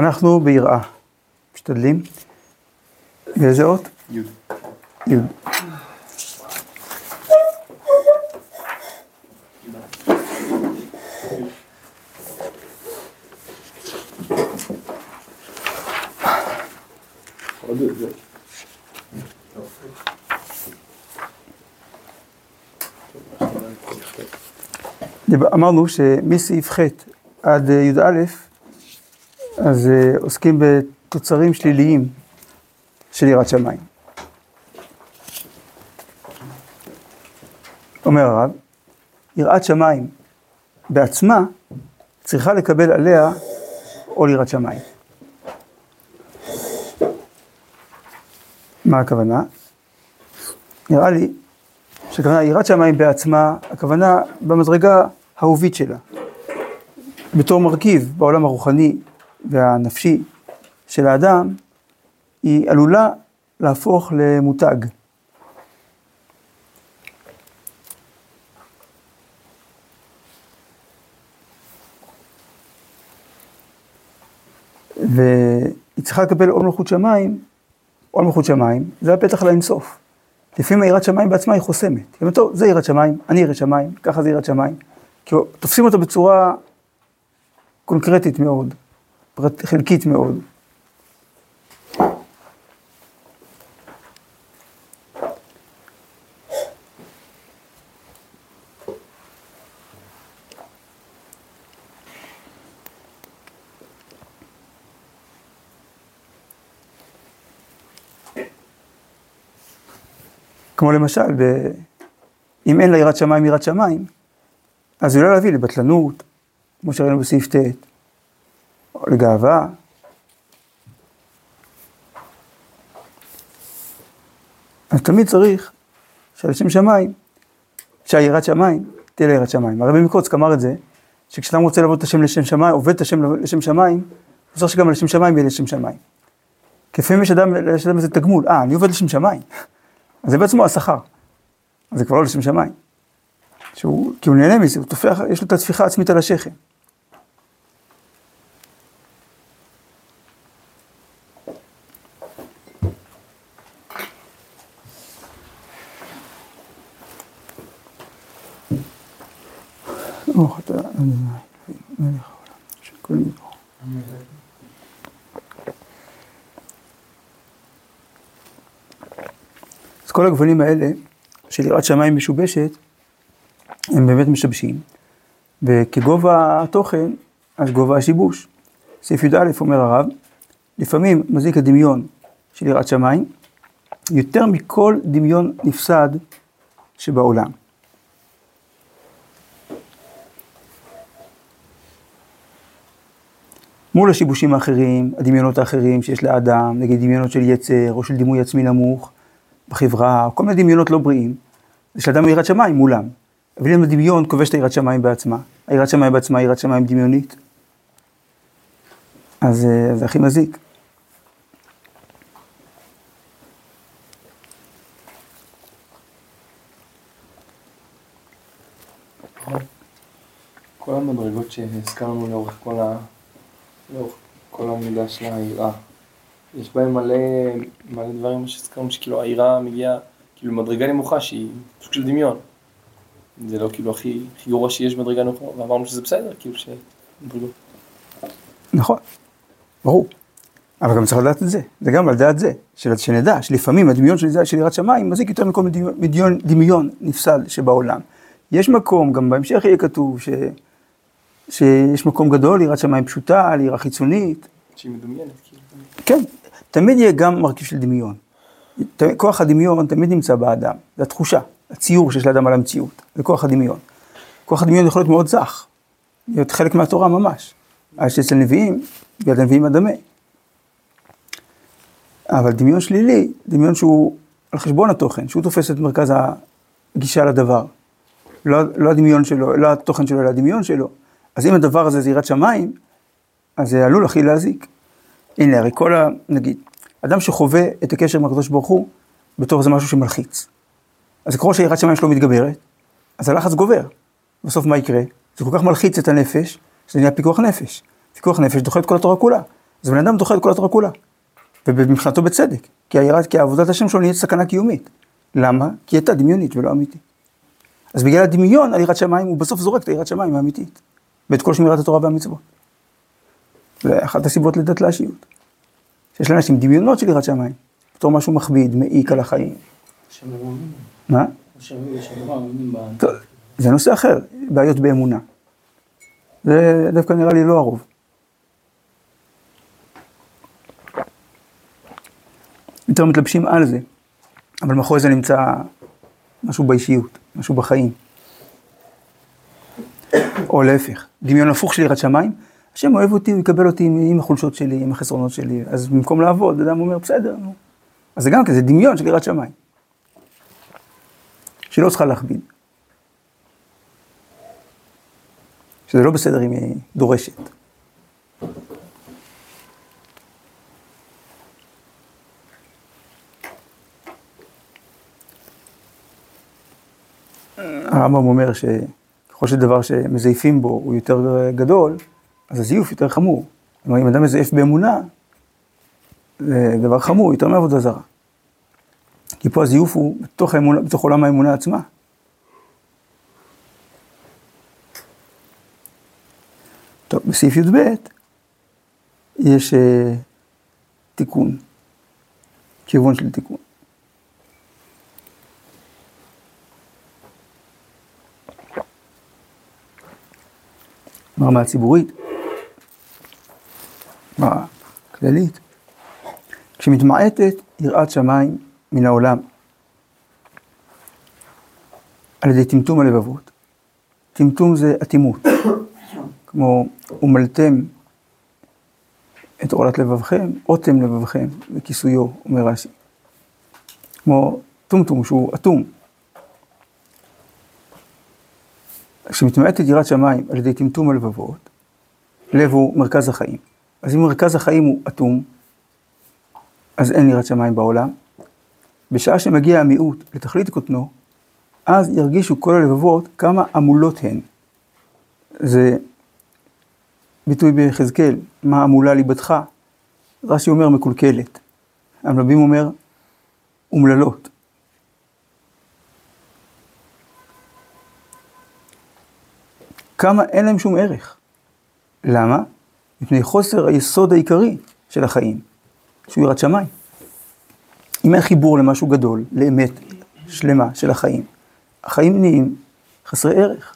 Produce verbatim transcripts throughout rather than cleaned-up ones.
אנחנו ביראה. משתדלים. באיזה אות? י'. י'. אמרנו שמסעיף ח' עד י"א, אז עוסקים בתוצרים שליליים של יראת שמיים. אומר הרב, יראת שמיים בעצמה צריכה לקבל עליה עול יראת שמיים. מה הכוונה? נראה לי שהכוונה יראת שמיים בעצמה, הכוונה במדרגה האהובית שלה. בתור מרכיב בעולם הרוחני והנפשי של האדם, היא עלולה להפוך למותג. והיא צריכה לקבל עול מלכות שמיים, עול מלכות שמיים, זה הפתח לאינסוף. לפעמים היראת שמיים בעצמה היא חוסמת. היא אומרת, טוב, זה יראת שמיים, אני יראת שמיים, ככה זה יראת שמיים. כי תופסים אותה בצורה קונקרטית מאוד, חלקית מאוד. כמו למשל, ב... אם אין לה יראת שמיים, יראת שמיים, אז היא לא להביא לבטלנות, כמו שראינו בסעיף ט', או לגאווה. אז תמיד צריך שלשם שמיים, שהיראת שמיים תהיה לה יראת שמיים. הרבי מקוצק אמר את זה, שכשאדם רוצה לעבוד את השם לשם שמיים, עובד את השם לשם שמיים, הוא צריך שגם לשם שמיים יהיה לשם שמיים. כפעמים יש אדם, יש אדם איזה תגמול, אה, אני עובד לשם שמיים. אז זה בעצמו השכר, אז זה כבר לא לשם שמיים. שהוא, כי הוא נהנה מזה, הוא תופח, יש לו את התפיחה עצמית על השכם. אוח אתה, אני מלך העולם, שכל נברא. אז כל הגוונים האלה של יראת שמיים משובשת, הם באמת משבשים, וכגובה התוכן, אז גובה השיבוש. סעיף י"א אומר הרב, לפעמים מזיק הדמיון של יראת שמיים, יותר מכל דמיון נפסד שבעולם. מול השיבושים האחרים, הדמיונות האחרים שיש לאדם, נגיד דמיונות של יצר או של דימוי עצמי נמוך, בחברה, כל מיני דמיונות לא בריאים, יש לאדם יראת שמיים מולם. אבל אם הדמיון כובש את היראת שמיים בעצמה, היראת שמיים בעצמה היא יראת שמיים דמיונית, אז זה הכי מזיק. כל המדרגות שהזכרנו לאורך כל ה... לאורך כל המידה של היראה, יש בהם מלא, מלא דברים שהזכרנו שכאילו היראה מגיעה כאילו מדרגה נמוכה שהיא סוג של דמיון. זה לא כאילו הכי, הכי גרוע שיש מדרגה נמוכה, ואמרנו שזה בסדר, כאילו ש... נכון, ברור. אבל גם צריך לדעת את זה, זה גם על דעת זה, שנדע שלפעמים הדמיון של, של יראת שמיים מזיק יותר מכל דמיון, דמיון נפסד שבעולם. יש מקום, גם בהמשך יהיה כתוב ש... שיש מקום גדול, יראת שמיים פשוטה, ליראה חיצונית. שהיא מדומיינת, כאילו. כן, תמיד יהיה גם מרכיב של דמיון. כוח הדמיון תמיד נמצא באדם, זה התחושה, הציור שיש לאדם על המציאות, זה כוח הדמיון. כוח הדמיון יכול להיות מאוד זך, להיות חלק מהתורה ממש. אז שאצל נביאים, ביד הנביאים הדמה. אבל דמיון שלילי, דמיון שהוא על חשבון התוכן, שהוא תופס את מרכז הגישה לדבר. לא, לא הדמיון שלו, לא התוכן שלו, אלא הדמיון שלו. אז אם הדבר הזה זה יראת שמיים, אז זה עלול הכי להזיק. הנה, הרי כל ה... נגיד, אדם שחווה את הקשר עם הקדוש ברוך הוא, בתור זה משהו שמלחיץ. אז כמו שיראת שמיים שלו מתגברת, אז הלחץ גובר. בסוף מה יקרה? זה כל כך מלחיץ את הנפש, שזה נהיה פיקוח נפש. פיקוח נפש דוחה את כל התורה כולה. אז בן אדם דוחה את כל התורה כולה, ובמבחינתו בצדק, כי, היראת, כי עבודת השם שלו נהיית סכנה קיומית. למה? כי הייתה דמיונית ולא אמיתית. אז בגלל הדמיון על יראת שמיים, הוא בסוף זורק את היראת שמיים האמיתית, ואת כל שמירת התורה והמצוות. זה אחת הסיבות לדת לאשיות. שיש לאנשים דמיונות של יראת שמיים, בתור משהו מכביד, מעיק על החיים. מה? זה נושא אחר, בעיות באמונה. זה דווקא נראה לי לא הרוב. יותר מתלבשים על זה, אבל מאחורי זה נמצא משהו באישיות, משהו בחיים. או להפך, דמיון הפוך של יראת שמיים, השם אוהב אותי, הוא יקבל אותי עם החולשות שלי, עם החסרונות שלי, אז במקום לעבוד, אדם אומר, בסדר, נו. אז זה גם כזה דמיון של יראת שמיים. שלא צריכה להכביד. שזה לא בסדר אם היא דורשת. הרמב"ם אומר שככל שדבר שמזייפים בו הוא יותר גדול, אז הזיוף יותר חמור. כלומר, אם אדם מזייף באמונה, זה דבר חמור, יותר מעבודה זרה. כי פה הזיוף הוא בתוך, האמונה, בתוך עולם האמונה עצמה. טוב, בסעיף י"ב יש uh, תיקון, כיוון של תיקון. ברמה הציבורית, ברמה כללית, כשמתמעטת יראת שמיים מן העולם, על ידי טמטום הלבבות. טמטום זה אטימות, כמו ומלתם את עורלת לבבכם, אוטם לבבכם, וכיסויו, אומר רש"י. כמו טומטום שהוא אטום. כשמתמעטת יראת שמיים על ידי טמטום הלבבות, לב הוא מרכז החיים. אז אם מרכז החיים הוא אטום, אז אין יראת שמיים בעולם. בשעה שמגיע המיעוט לתכלית קוטנו, אז ירגישו כל הלבבות כמה עמולות הן. זה ביטוי ביחזקאל, מה עמולה ליבתך? רש"י אומר מקולקלת. המלבים אומר אומללות. כמה אין להם שום ערך. למה? מפני חוסר היסוד העיקרי של החיים, שהוא יראת שמיים. אם אין חיבור למשהו גדול, לאמת שלמה של החיים, החיים נהיים חסרי ערך.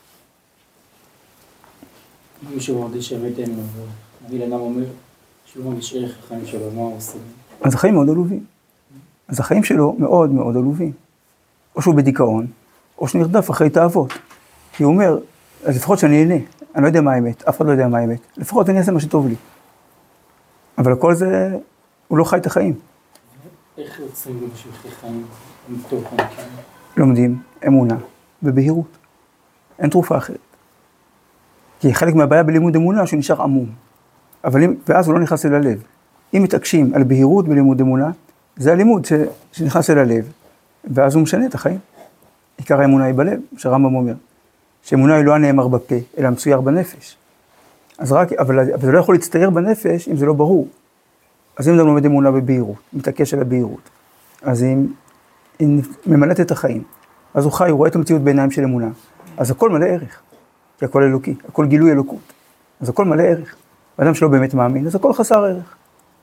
מי שמרגיש שאמת אין לו, גיל אדם אומר שהוא מרגיש ערך החיים שלו, מה הוא עושה? אז החיים מאוד עלובים. אז החיים שלו מאוד מאוד עלובים. או שהוא בדיכאון, או שהוא נרדף אחרי תאוות. כי הוא אומר, אז לפחות שאני אהנה, אני לא יודע מה האמת, אף אחד לא יודע מה האמת. לפחות אני אעשה מה שטוב לי. אבל הכל זה, הוא לא חי את החיים. איך יוצאים במשהו חיים מתוך הנקיים? לומדים אמונה ובהירות. אין תרופה אחרת. כי חלק מהבעיה בלימוד אמונה שהוא נשאר עמום. אבל אם, ואז הוא לא נכנס אל הלב. אם מתעקשים על בהירות בלימוד אמונה, זה הלימוד ש, שנכנס אל הלב, ואז הוא משנה את החיים. עיקר האמונה היא בלב, שהרמב"ם אומר. שאמונה היא לא הנאמר בפה, אלא מצויר בנפש. אז רק, אבל, אבל זה לא יכול להצטייר בנפש אם זה לא ברור. אז אם אדם לומד אמונה בבהירות, מתעקש על הבהירות, אז היא, היא ממלאת את החיים. אז הוא חי, הוא רואה את המציאות בעיניים של אמונה. אז הכל מלא ערך. כי הכל אלוקי, הכל גילוי אלוקות. אז הכל מלא ערך. האדם שלא באמת מאמין, אז הכל חסר ערך.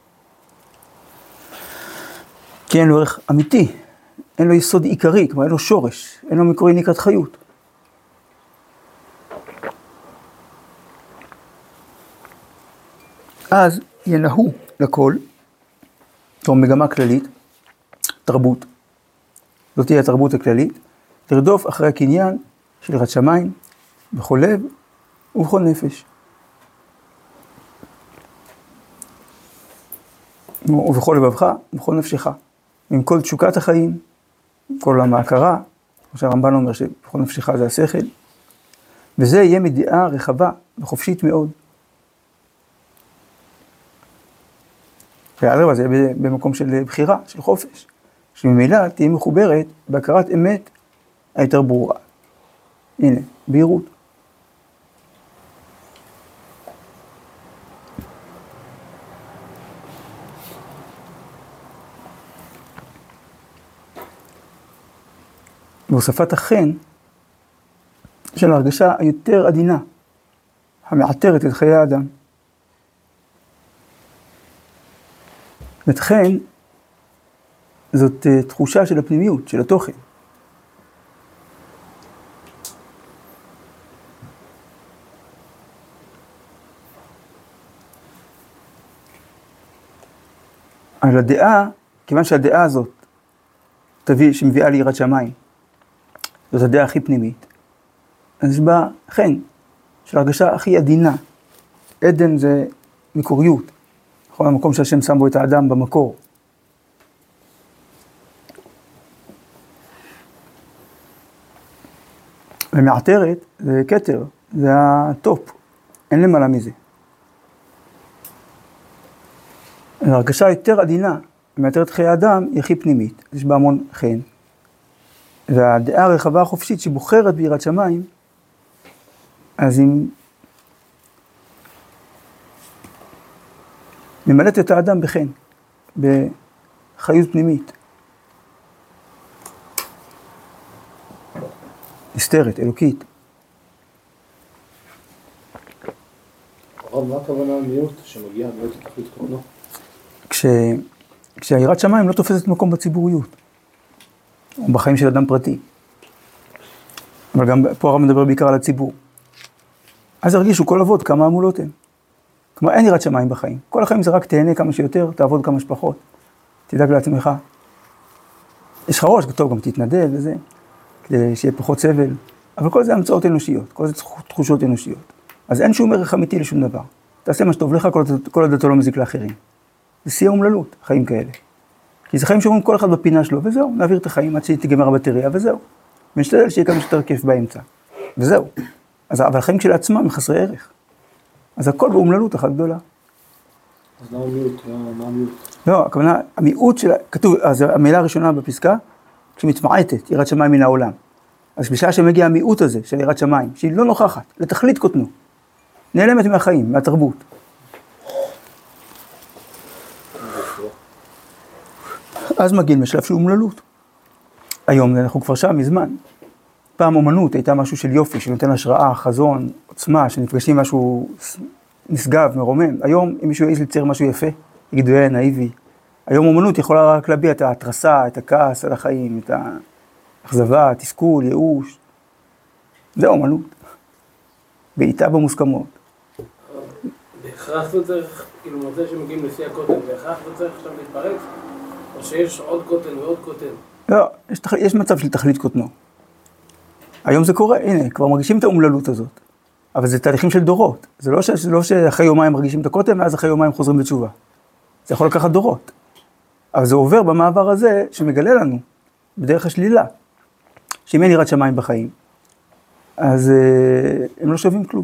כי אין לו ערך אמיתי, אין לו יסוד עיקרי, כלומר אין לו שורש, אין לו מקורי נקראת חיות. אז ינהו לכל, זו מגמה כללית, תרבות. זאת תהיה התרבות הכללית, לרדוף אחרי הקניין של יראת שמיים, בכל לב ובכל נפש. ובכל לבבך ובכל נפשך. עם כל תשוקת החיים, כל עולם ההכרה, כמו שהרמב"ן אומר שבכל נפשך זה השכל, וזה יהיה מדיעה רחבה וחופשית מאוד. והערב הזה יהיה במקום של בחירה, של חופש, שממילא תהיה מחוברת בהכרת אמת היותר ברורה. הנה, בהירות. והוספת החן של ההרגשה היותר עדינה, המעטרת את חיי האדם. ותחן זאת תחושה של הפנימיות, של התוכן. על הדעה, כיוון שהדעה הזאת תביא, שמביאה ליראת שמיים, זאת הדעה הכי פנימית, אז יש בה חן, של הרגשה הכי עדינה. עדן זה מקוריות, נכון? המקום שהשם שם בו את האדם במקור. ומעטרת זה כתר, זה הטופ, אין למעלה מזה. ההרגשה יותר עדינה, מעטרת חיי האדם, היא הכי פנימית, יש בה המון חן. והדעה הרחבה החופשית שבוחרת ביראת שמיים, אז היא ממלאת את האדם בחן, בחיות פנימית. נסתרת, אלוקית. הרב, מה הכוונה המיעוט שמגיע באמת לתכלית קוטנו? כש... כשהיראת שמיים לא תופסת מקום בציבוריות, או בחיים של אדם פרטי. אבל גם פה הרב מדבר בעיקר על הציבור. אז הרגישו כל אבות כמה עמולות הם. כלומר, אין יראת שמיים בחיים. כל החיים זה רק תהנה כמה שיותר, תעבוד כמה שפחות. תדאג לעצמך. יש לך ראש, טוב, גם תתנדב וזה, כדי שיהיה פחות סבל. אבל כל זה המצאות אנושיות, כל זה תחושות אנושיות. אז אין שום ערך אמיתי לשום דבר. תעשה מה שטוב לך, כל עוד אתה לא מזיק לאחרים. זה שיא אומללות, חיים כאלה. כי זה חיים שאומרים כל אחד בפינה שלו, וזהו, נעביר את החיים עד שתיגמר הבטריה, וזהו. ונשתדל שיהיה כמה שיותר כיף באמצע. וזהו. אז, אבל החיים של עצמם הם חסרי ערך. אז הכל באומללות אחת גדולה. אז למה מיעוט? מה המיעוט? לא, הכוונה, המיעוט של, כתוב, אז המילה הראשונה בפסקה, כשמתמעטת, יראת שמיים מן העולם. אז בשעה שמגיע המיעוט הזה של יראת שמיים, שהיא לא נוכחת, לתכלית קוטנו, נעלמת מהחיים, מהתרבות. אז מגיעים לשלב של אומללות. היום אנחנו כבר שם מזמן. פעם אומנות הייתה משהו של יופי, שנותן השראה, חזון, עוצמה, שנפגשים משהו נשגב, מרומם. היום אם מישהו יעז לצייר משהו יפה, יגידו, אה, נאיבי. היום אומנות יכולה רק להביע את ההתרסה, את הכעס על החיים, את האכזבה, תסכול, ייאוש. זה אומנות. בעיטה במוסכמות. בהכרח לא צריך, כאילו מוצא שמגיעים לפי הקוטן, בהכרח לא צריך עכשיו להתפרץ, או שיש עוד קוטן ועוד קוטן. לא, יש, תח... יש מצב של תכלית קוטנו. היום זה קורה, הנה, כבר מרגישים את האומללות הזאת. אבל זה תהליכים של דורות. זה לא, ש... זה לא שאחרי יומיים מרגישים את הקוטן, ואז אחרי יומיים חוזרים בתשובה. זה יכול לקחת דורות. אבל זה עובר במעבר הזה שמגלה לנו, בדרך השלילה, שאם אין יראת שמיים בחיים, אז אה, הם לא שווים כלום.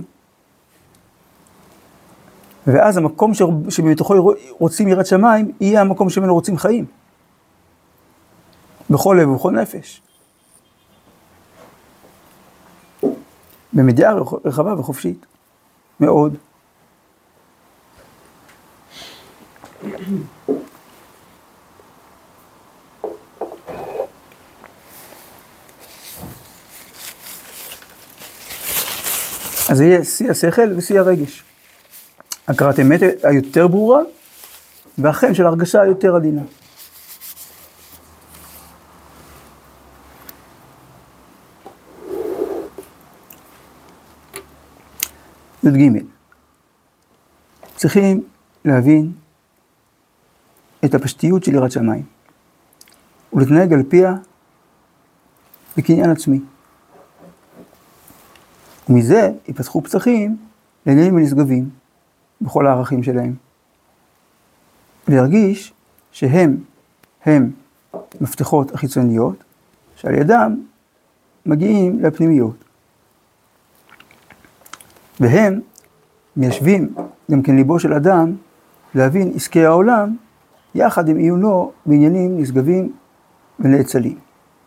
ואז המקום ש... שבתוכו רוצים יראת שמיים, יהיה המקום שמנו רוצים חיים. בכל לב ובכל נפש. במדיעה רחבה וחופשית. מאוד. אז זה יהיה שיא השכל ושיא הרגש. הכרת אמת היותר ברורה, והחן של הרגשה היותר עדינה. זאת ג' צריכים להבין את הפשטיות של יראת שמיים, ולהתנהג על פיה בקניין עצמי. ומזה ייפתחו פצחים לעניינים ונשגבים בכל הערכים שלהם. להרגיש שהם, הם מפתחות החיצוניות, שעל ידם מגיעים לפנימיות. והם מיישבים גם כן ליבו של אדם להבין עסקי העולם יחד עם עיונו בעניינים נשגבים ונאצלים.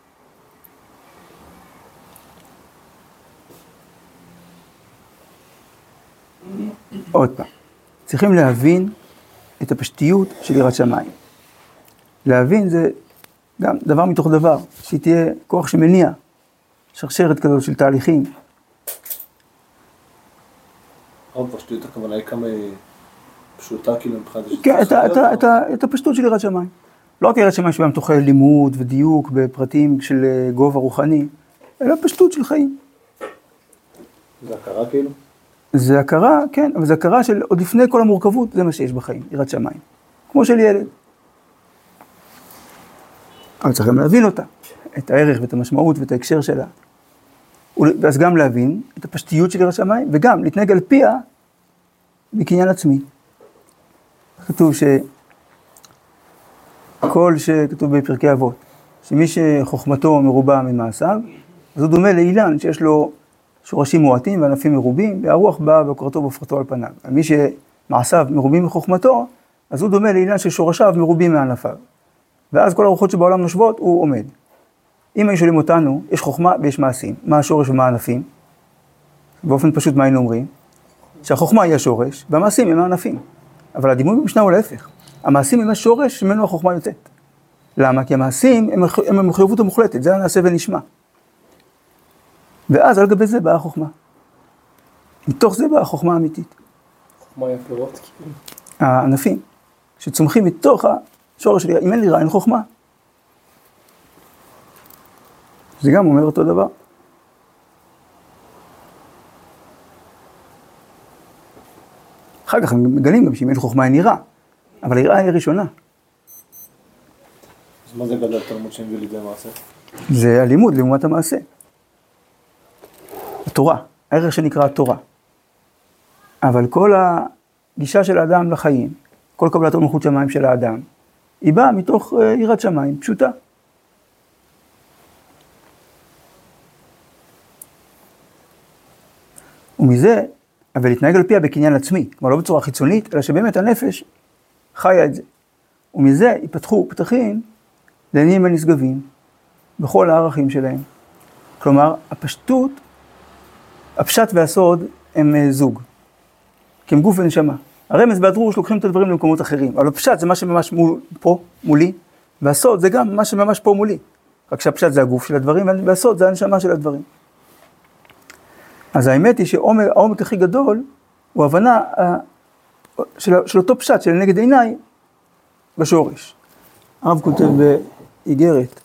עוד פעם, צריכים להבין את הפשטיות של יראת שמיים. להבין זה גם דבר מתוך דבר, שהיא תהיה כוח שמניע, שרשרת כזאת של תהליכים. עוד פשטות, הכוונה היא כמה פשוטה כאילו מבחינת... כן, את הפשטות של יראת שמיים. לא רק יראת שמיים שבהם תוכל לימוד ודיוק בפרטים של גובה רוחני, אלא פשטות של חיים. זה הכרה כאילו? זה הכרה, כן, אבל זה הכרה של עוד לפני כל המורכבות, זה מה שיש בחיים, יראת שמיים. כמו של ילד. אבל צריך גם להבין אותה, את הערך ואת המשמעות ואת ההקשר שלה. ואז גם להבין את הפשטיות של יראת שמיים, וגם להתנהג על פיה בקניין עצמי. כתוב ש... כל שכתוב בפרקי אבות, שמי שחוכמתו מרובה ממעשיו, אז הוא דומה לאילן שיש לו שורשים מועטים וענפים מרובים, והרוח באה והוקרתו והופכתו על פניו. מי שמעשיו מרובים מחוכמתו, אז הוא דומה לאילן ששורשיו מרובים מענפיו. ואז כל הרוחות שבעולם נושבות, הוא עומד. אם היו שואלים אותנו, יש חוכמה ויש מעשים. מה השורש ומה הענפים? באופן פשוט מה היינו אומרים? שהחוכמה היא השורש, והמעשים הם הענפים. אבל הדימוי במשנה הוא להפך. המעשים הם השורש שממנו החוכמה יוצאת. למה? כי המעשים הם, הם המחויבות המוחלטת, זה נעשה ונשמע. ואז על גבי זה באה החוכמה. מתוך זה באה החוכמה האמיתית. חוכמה היא הפירות כאילו. הענפים, שצומחים מתוך השורש שלי, אם אין לי רע, אין חוכמה. זה גם אומר אותו דבר. אחר כך הם מגלים גם שאם אין חוכמה אין יראה, אבל היראה היא ראשונה. אז מה זה גדל תלמוד שם ולידי מעשה? זה הלימוד לעומת המעשה. התורה, הערך שנקרא התורה. אבל כל הגישה של האדם לחיים, כל קבלתו מלכות שמיים של האדם, היא באה מתוך יראת שמיים פשוטה. ומזה, אבל להתנהג על פיה בקניין עצמי, כלומר לא בצורה חיצונית, אלא שבאמת הנפש חיה את זה. ומזה ייפתחו פתחים לעניינים הנשגבים, בכל הערכים שלהם. כלומר, הפשטות, הפשט והסוד הם זוג, כי הם גוף ונשמה. הרמז והדרוש לוקחים את הדברים למקומות אחרים, אבל הפשט זה מה שממש מול, פה, מולי, והסוד זה גם מה שממש פה מולי. רק שהפשט זה הגוף של הדברים, והסוד זה הנשמה של הדברים. אז האמת היא שהעומק הכי גדול הוא הבנה של, של אותו פשט, של נגד עיניי, בשורש. הרב כותב באיגרת,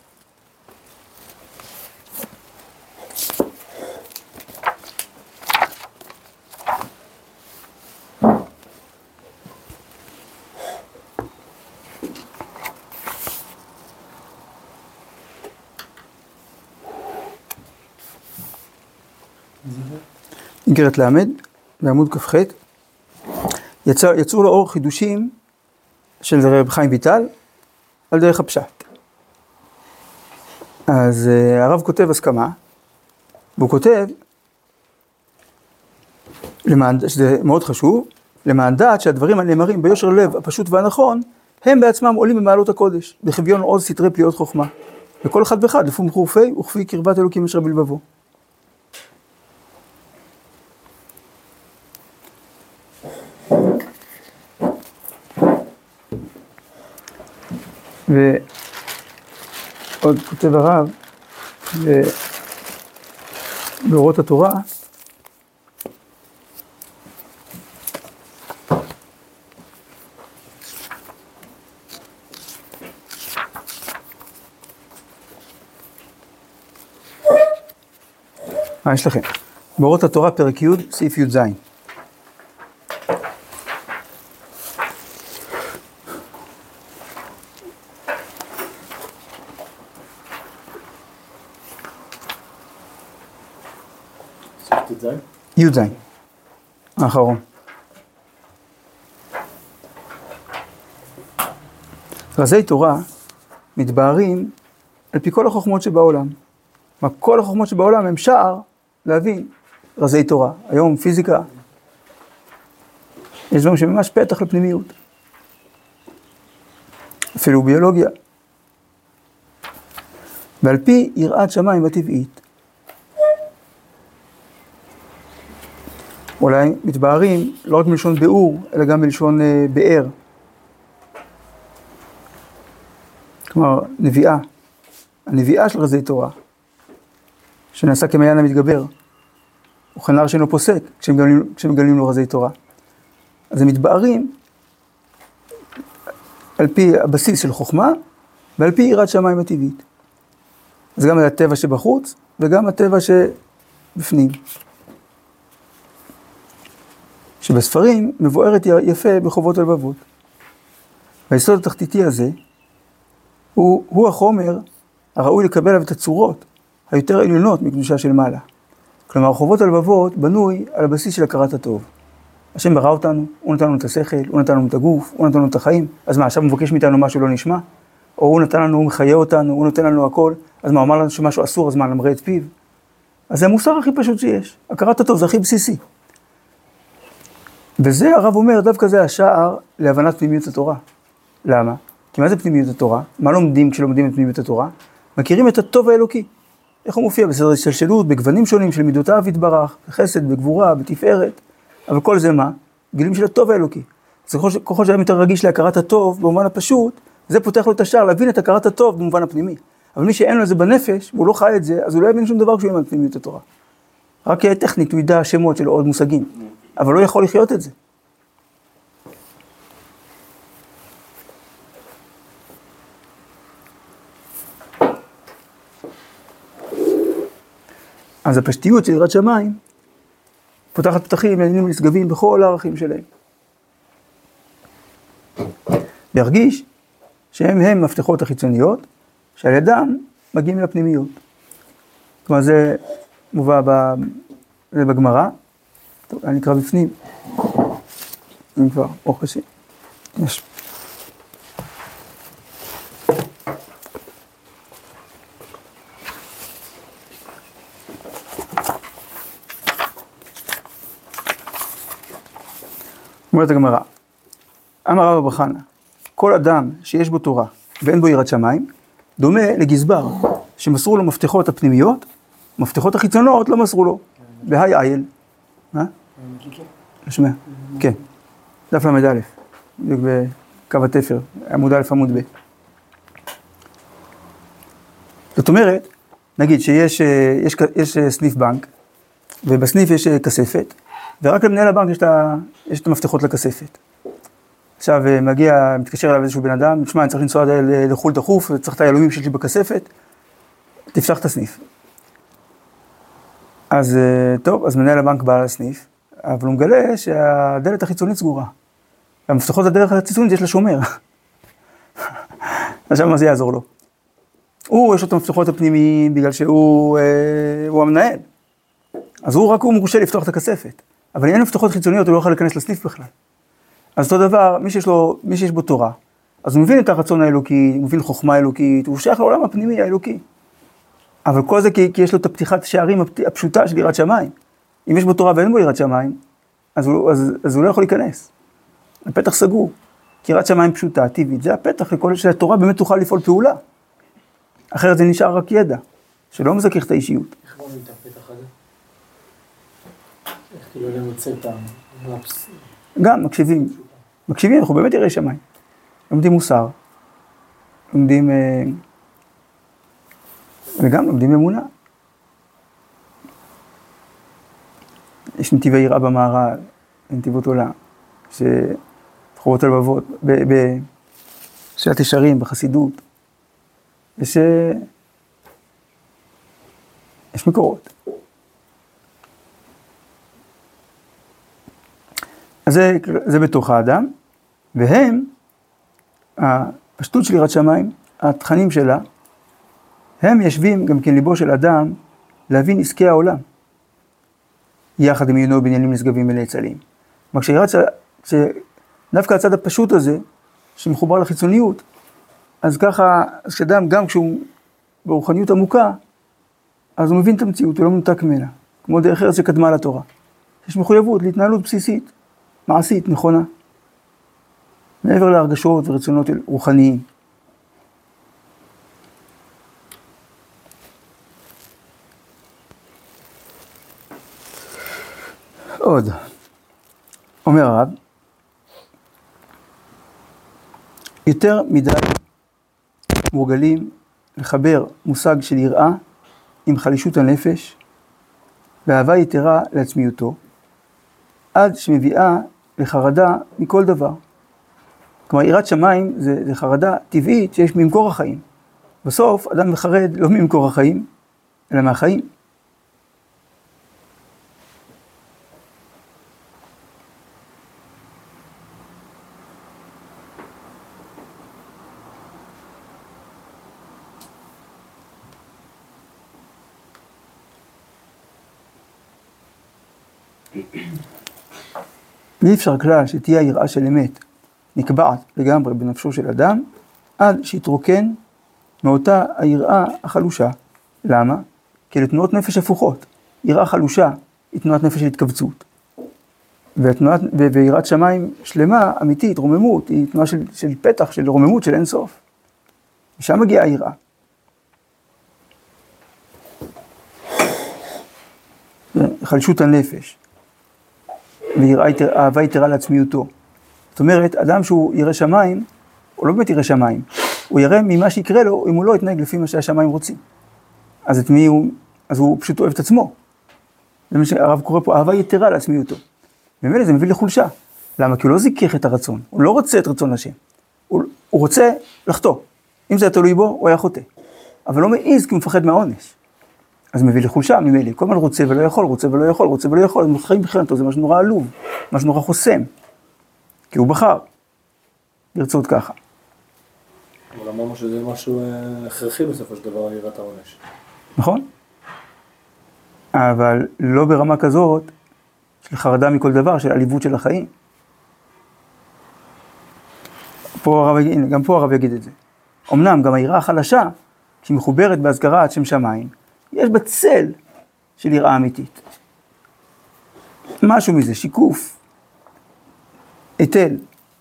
איגרת למד, בעמוד כ"ח, יצא, יצאו לאור חידושים של רב חיים ויטל על דרך הפשט. אז uh, הרב כותב הסכמה, והוא כותב, למען, שזה מאוד חשוב, למען דעת שהדברים הנאמרים ביושר לב הפשוט והנכון, הם בעצמם עולים במעלות הקודש, בחביון עוז סתרי פליאות חוכמה, וכל אחד ואחד לפום חורפי וכפי קרבת אלוקים אשר בלבבו. ועוד כותב הרב באורות התורה, מה יש לכם? באורות התורה פרק י' סעיף י' ז'. י' ז', האחרון. רזי תורה מתבהרים על פי כל החוכמות שבעולם. מה כל החוכמות שבעולם הם שער להבין רזי תורה. היום פיזיקה, יש דברים שממש פתח לפנימיות. אפילו ביולוגיה. ועל פי יראת שמיים הטבעית, אולי מתבהרים לא רק מלשון באור, אלא גם מלשון אה, באר. כלומר, נביאה. הנביאה של רזי תורה. שנעשה כמעיין המתגבר, הוא כנר שאינו פוסק, כשמגלים, כשמגלים לו רזי תורה. אז הם מתבארים על פי הבסיס של חוכמה, ועל פי יראת שמיים הטבעית. אז גם הטבע שבחוץ, וגם הטבע שבפנים. שבספרים מבוארת יפה בחובות הלבבות. והיסוד התחתיתי הזה, הוא, הוא החומר הראוי לקבל עליו את הצורות, היותר עליונות מקדושה של מעלה. כלומר, חובות הלבבות בנוי על הבסיס של הכרת הטוב. השם ברא אותנו, הוא נתן לנו את השכל, הוא נתן לנו את הגוף, הוא נתן לנו את החיים. אז מה, עכשיו הוא מבקש מאיתנו משהו לא נשמע? או הוא נתן לנו, הוא מחיה אותנו, הוא נותן לנו הכל. אז מה, הוא אמר לנו שמשהו אסור, אז מה, נמרה את פיו? אז זה המוסר הכי פשוט שיש. הכרת הטוב זה הכי בסיסי. וזה הרב אומר, דווקא זה השער להבנת פנימיות התורה. למה? כי מה זה פנימיות התורה? מה לומדים כשלומדים את פנימיות התורה? מכירים את הטוב האלוקי. איך הוא מופיע? בסדר השתלשלות, בגוונים שונים של מידותיו יתברך, בחסד, בגבורה, בתפארת. אבל כל זה מה? גילים של הטוב האלוקי. אז ככל שהיה יותר רגיש להכרת הטוב, במובן הפשוט, זה פותח לו את השער להבין את הכרת הטוב במובן הפנימי. אבל מי שאין לו זה בנפש, והוא לא חי את זה, אז הוא לא יבין שום דבר כשהוא ילמד פנימיות התורה. רק טכנית הוא ידע שמות של עוד מושגים, אבל לא יכול לחיות את זה. אז הפשטיות של יראת שמיים פותחת פתחים לעניינים נשגבים בכל הערכים שלהם. להרגיש שהם הם מפתחות החיצוניות, שעל ידם מגיעים לפנימיות. כלומר זה מובא בגמרא, טוב, אני אקרא בפנים, אם כבר, או חשי, יש. אומרת הגמרא, אמר רבא בר חנא, כל אדם שיש בו תורה ואין בו יראת שמיים, דומה לגזבר שמסרו לו מפתחות הפנימיות, מפתחות החיצונות לא מסרו לו, בהי אייל. מה? לשמע, כן, דף למד א', בדיוק בקו התפר, עמוד א' עמוד ב'. זאת אומרת, נגיד שיש יש, יש סניף בנק, ובסניף יש כספת, ורק למנהל הבנק יש את, ה, יש את המפתחות לכספת. עכשיו מגיע, מתקשר אליו איזשהו בן אדם, תשמע, אני צריך לנסוע לחול דחוף, צריך את היהלומים שיש לי בכספת, תפתח את הסניף. אז טוב, אז מנהל הבנק בא לסניף, אבל הוא מגלה שהדלת החיצונית סגורה. והמפתחות לדלת החיצונית יש לה שומר. עכשיו מה זה יעזור לו? הוא, יש לו את המפתחות הפנימיים בגלל שהוא הוא המנהל. אז הוא רק הוא מורשה לפתוח את הכספת. אבל אם אין מפתחות חיצוניות, הוא לא יכול להיכנס לסניף בכלל. אז אותו דבר, מי שיש לו, מי שיש בו תורה, אז הוא מבין את הרצון האלוקי, הוא מבין חוכמה אלוקית, הוא שייך לעולם הפנימי האלוקי. אבל כל זה כי, כי יש לו את הפתיחת שערים הפשוטה של יראת שמיים. אם יש בו תורה ואין בו יראת שמיים, אז הוא, אז, אז הוא לא יכול להיכנס. הפתח סגור. כי יראת שמיים פשוטה, טבעית, זה הפתח לכל שהתורה באמת תוכל לפעול פעולה. אחרת זה נשאר רק ידע, שלא מזכך את האישיות. איך רואים את הפתח הזה? איך כאילו למצא את המפס? גם מקשיבים. מקשיבים, אנחנו באמת יראי שמיים. לומדים מוסר. לומדים... וגם לומדים אמונה. יש נתיבי יראה במערב, נתיבות עולם, שחובות הלבבות, בשאלת ישרים, בחסידות, וש... יש מקורות. אז זה, זה בתוך האדם, והם, הפשטות של יראת שמיים, התכנים שלה, הם ישבים גם כן ליבו של אדם להבין עסקי העולם. יחד עם עיונו בעניינים נשגבים ונאצלים. אבל כשיראת, שדווקא הצד הפשוט הזה, שמחובר לחיצוניות, אז ככה, אז כשאדם גם כשהוא ברוחניות עמוקה, אז הוא מבין את המציאות, הוא לא מנותק ממנה. כמו דרך ארץ שקדמה לתורה. יש מחויבות להתנהלות בסיסית, מעשית, נכונה. מעבר להרגשות ורצונות רוחניים. עוד, אומר הרב, יותר מדי מורגלים לחבר מושג של יראה עם חלישות הנפש ואהבה יתרה לעצמיותו, עד שמביאה לחרדה מכל דבר. כלומר, יראת שמיים זה, זה חרדה טבעית שיש ממקור החיים. בסוף אדם מחרד לא ממקור החיים, אלא מהחיים. ואי אפשר כלל שתהיה היראה של אמת נקבעת לגמרי בנפשו של אדם, עד שיתרוקן מאותה היראה החלושה. למה? כי לתנועות נפש הפוכות. יראה חלושה היא תנועת נפש של התכווצות. ותנועת, ויראת שמיים שלמה, אמיתית, רוממות, היא תנועה של, של פתח, של רוממות, של אינסוף. ושם מגיעה היראה. חלשות הנפש. ואהבה יתרה לעצמיותו. זאת אומרת, אדם שהוא ירא שמיים, הוא לא באמת ירא שמיים. הוא ירא ממה שיקרה לו אם הוא לא יתנהג לפי מה שהשמיים רוצים. אז את מי הוא, אז הוא פשוט אוהב את עצמו. זה מה שהרב קורא פה, אהבה יתרה לעצמיותו. במילא זה מביא לחולשה. למה? כי הוא לא זיכך את הרצון. הוא לא רוצה את רצון השם. הוא, הוא רוצה לחטוא. אם זה תלוי בו, הוא היה חוטא. אבל לא מעיז כי הוא מפחד מהעונש. אז זה מביא לחולשה ממילא. כל הזמן רוצה ולא יכול, רוצה ולא יכול, רוצה ולא יכול. אז חיים בחינתו, זה משהו נורא עלוב. משהו נורא חוסם. כי הוא בחר. לרצות ככה. אבל אמרנו שזה משהו הכרחי בסופו של דבר, יראת העונש. נכון? אבל לא ברמה כזאת של חרדה מכל דבר, של עליבות של החיים. פה הרב, הנה, גם פה הרב יגיד את זה. אמנם גם היראה החלשה, שהיא מחוברת בהזכרת שם שמיים, יש בה צל של יראה אמיתית. משהו מזה, שיקוף, היטל.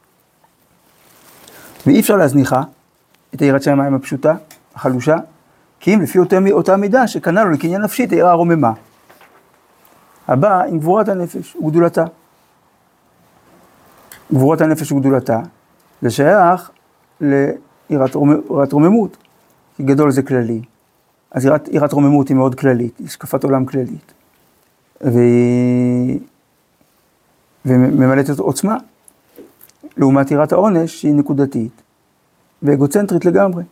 ואי אפשר להזניחה את היראת שמיים הפשוטה, החלושה, כי אם לפי אותה, אותה מידה שקנה לו לקניין נפשית, היראה הרוממה. הבא עם גבורת הנפש וגדולתה. גבורת הנפש וגדולתה, זה שייך ליראת רוממות, כי גדול זה כללי. אז יראת, יראת רוממות היא מאוד כללית, היא השקפת עולם כללית. ו... וממלאת את עוצמה, לעומת יראת העונש שהיא נקודתית, ואגוצנטרית לגמרי.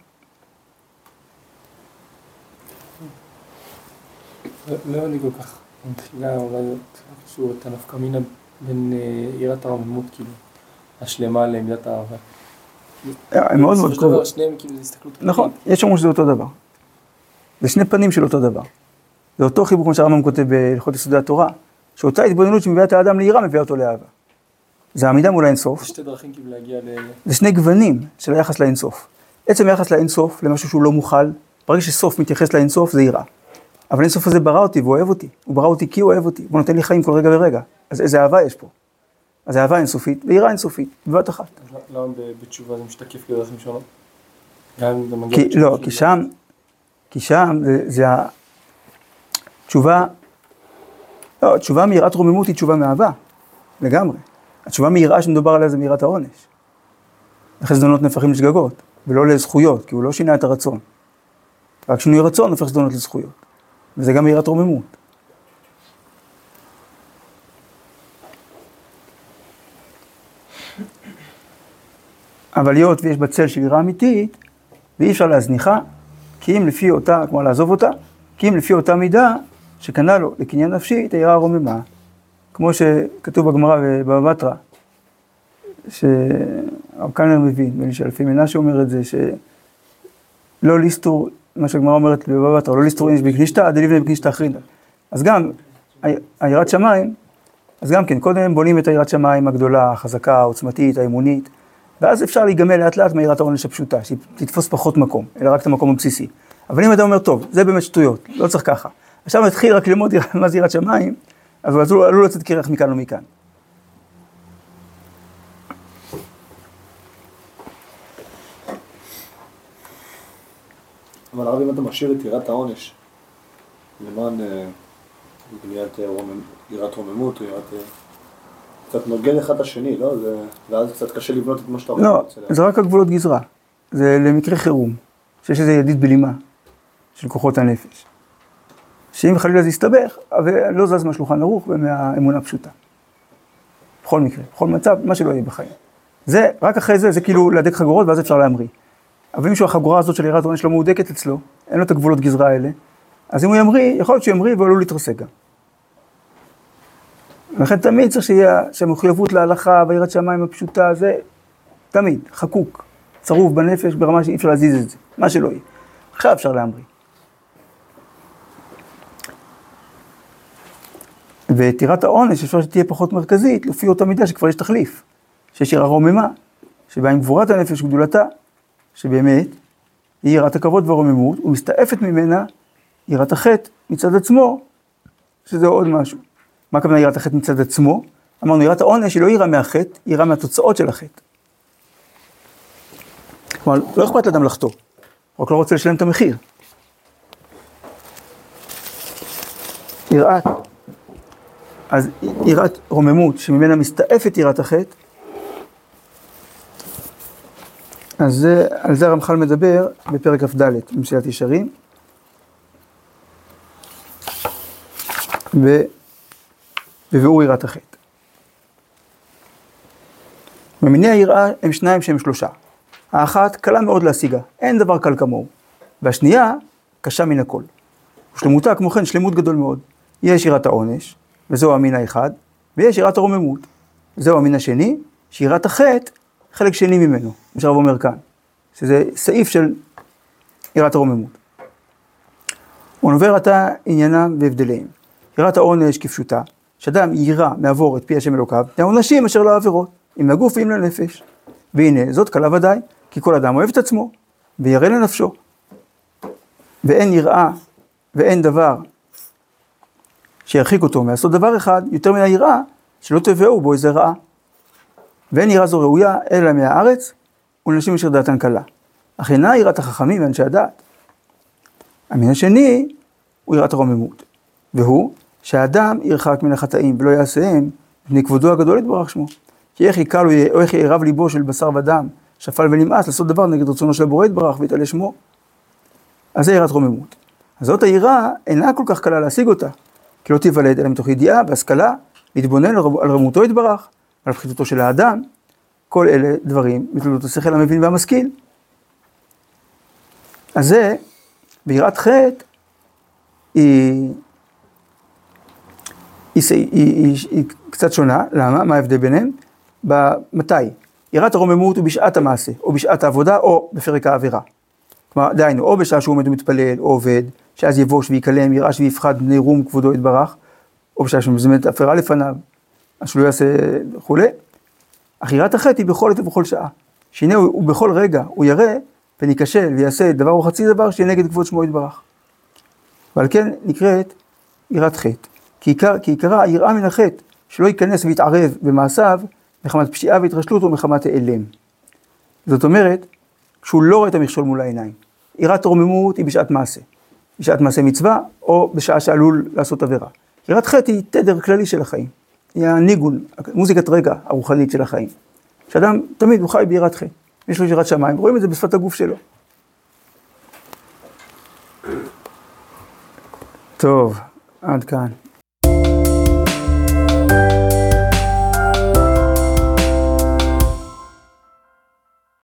לא אני כל כך, מתחילה אולי קשור את הנפקא מינה בין יראת הרוממות, כאילו, השלמה לעמדת האהבה. הם מאוד מאוד קרובות. שניהם כאילו זה הסתכלות. נכון, יש אומרים שזה אותו דבר. זה שני פנים של אותו דבר. זה אותו חיבור כמו שהרמב"ם כותב בהלכות יסודי התורה, שאותה התבוננות שמביאה את האדם ליראה מביאה אותו לאהבה. זה העמידה מול האינסוף. זה שתי דרכים כאילו להגיע ל... זה שני גוונים של היחס לאינסוף. עצם היחס לאינסוף למשהו שהוא לא מוכל, ברגע שסוף מתייחס לאינסוף זה יראה. אבל האינסוף הזה ברא אותי והוא אוהב אותי. הוא ברא אותי כי הוא אוהב אותי. הוא נותן לי חיים כל רגע ורגע. אז איזה אהבה יש פה. אז אהבה אינסופית ויראה אינסופית, בבת אחת. למה בתשובה זה משתקף כדרכים שונות? גם זה מגיע כי, בתשובה לא, כי שם, כי שם זה, זה התשובה, לא, התשובה מיראת רוממות היא תשובה מאהבה, לגמרי. התשובה מיראה שמדובר עליה זה מיראת העונש. חסדונות נהפכים לשגגות, ולא לזכויות, כי הוא לא שינה את הרצון. רק שינוי רצון הופך חסדונות לזכויות. וזה גם מיראת רוממות. אבל להיות ויש בצל של יראה אמיתית, ואי אפשר להזניחה, כי אם לפי אותה, כמו לעזוב אותה, כי אם לפי אותה מידה שקנה לו לקניין נפשית, היראה רוממה, כמו שכתוב בגמרא בבבא בתרא, שהרב קלנר מבין, ואני שאלפי מנשה אומר את זה, שלא ליסטור, מה שהגמרא אומרת בבבא בתרא, לא ליסטור איניש בקנישתא, עד לבנה בקנישתא אחרינא. אז גם, היראת שמיים, אז גם כן, קודם הם בונים את היראת שמיים הגדולה, החזקה, העוצמתית, האמונית, ואז אפשר להיגמל לאט לאט מיראת העונש הפשוטה, שהיא תתפוס פחות מקום, אלא רק את המקום הבסיסי. אבל אם אתה אומר, טוב, זה באמת שטויות, לא צריך ככה. עכשיו נתחיל רק ללמוד מה זה יראת שמיים, אז הוא עלול לצאת קרח מכאן ומכאן. אבל הרב, אם אתה משאיר את יראת העונש, למען בניית יראת רוממות, או יראת... קצת נוגן אחד השני, לא? ואז קצת קשה לבנות את מה שאתה רוצה. לא, זה רק הגבולות גזרה. זה למקרה חירום, שיש איזו ידית בלימה של כוחות הנפש. שאם חלילה זה יסתבך, אבל לא זז מהשולחן ערוך ומהאמונה הפשוטה. בכל מקרה, בכל מצב, מה שלא יהיה בחיים. זה, רק אחרי זה, זה כאילו להדק חגורות, ואז אפשר להמריא. אבל אם מישהו החגורה הזאת של יראת העונש לא מהודקת אצלו, אין לו את הגבולות גזרה האלה, אז אם הוא ימריא, יכול להיות שהוא ימריא והוא לא להתרסק גם. לכן תמיד צריך שיהיה, שהמחויבות להלכה ויראת שמיים הפשוטה, זה תמיד, חקוק, צרוף בנפש, ברמה שאי אפשר להזיז את זה, מה שלא יהיה. עכשיו אפשר להמריא. וטירת העונש אפשר שתהיה פחות מרכזית, לפי אותה מידה שכבר יש תחליף, שיש יראה רוממה, שבה עם גבורת הנפש וגדולתה, שבאמת היא יראת הכבוד והרוממות, ומסתעפת ממנה יראת החטא מצד עצמו, שזה עוד משהו. מה הכוונה יראת החטא מצד עצמו? אמרנו, יראת העונש היא לא יראה מהחטא, היא יראה מהתוצאות של החטא. כלומר, לא אכפת לאדם לחטוא, רק לא רוצה לשלם את המחיר. יראת, אז יראת רוממות שממנה מסתעפת יראת החטא, אז זה, על זה הרמח"ל מדבר בפרק כ"ד במסילת ישרים, בביאור יראת החטא. ממיני היראה הם שניים שהם שלושה. האחת קלה מאוד להשיגה, אין דבר קל כמוהו. והשנייה קשה מן הכל. ושלמותה כמו כן שלמות גדול מאוד. יש יראת העונש, וזהו המין האחד, ויש יראת הרוממות, וזהו המין השני, שיראת החטא חלק שני ממנו, מה שהרב אומר כאן, שזה סעיף של יראת הרוממות. הוא נובר עתה עניינם והבדליהם. יראת העונש כפשוטה, שאדם יירא מעבור את פי השם אלוקיו, העונשים אשר לא עבירות, אם לגוף ואם לנפש. והנה, זאת קלה ודאי, כי כל אדם אוהב את עצמו, וירא לנפשו. ואין יראה, ואין דבר שירחיק אותו מעשות דבר אחד, יותר מן היראה, שלא תביאו בו איזה רעה. ואין יראה זו ראויה, אלא מהארץ, ולנשים אשר דעתן קלה. אך אינה יראת החכמים ואנשי הדעת. המין השני הוא יראת הרוממות, והוא שהאדם ירחק מן החטאים ולא יעשיהם, מפני כבודו הגדול יתברך שמו. כי איך יקל או איך יערב ליבו של בשר ודם, שפל ונמאס לעשות דבר נגד רצונו של הבורא יתברך ויתעלה שמו. אז זה יראת רוממות. אז זאת היראה אינה כל כך קלה להשיג אותה, כי לא תיוולד אלא מתוך ידיעה והשכלה, להתבונן על רמותו יתברך, על פחיתותו של האדם. כל אלה דברים מתלולות השכל המבין והמשכיל. אז זה, ביראת חטא, היא, היא, היא, היא, היא קצת שונה. למה? מה ההבדל ביניהם? מתי? יראת הרוממות הוא בשעת המעשה, או בשעת העבודה, או בפרק העבירה. כלומר, דיינו, או בשעה שהוא עומד ומתפלל, או עובד, שאז יבוש ויקלם, ירעש ויפחד בני רום כבודו יתברך, או בשעה שהוא מזמנת עבירה לפניו, אז שהוא לא יעשה וכו'. אך יראת החטא היא בכל עת ובכל שעה. שהנה הוא, הוא בכל רגע, הוא ירא וניכשל ויעשה דבר או חצי דבר שיהיה נגד כבוד שמו יתברך. ועל כן נקראת יראת חטא. כי עיקר, כי עיקרה היראה מן החטא, שלא ייכנס ויתערב במעשיו, מחמת פשיעה והתרשלות או מחמת העלם. זאת אומרת, כשהוא לא רואה את המכשול מול העיניים. יראת רוממות היא בשעת מעשה. בשעת מעשה מצווה, או בשעה שעלול לעשות עבירה. יראת חטא היא תדר כללי של החיים. היא הניגון, מוזיקת רגע הרוחנית של החיים. שאדם תמיד הוא חי ביראת חטא. יש לו יראת שמיים, רואים את זה בשפת הגוף שלו. טוב, עד כאן.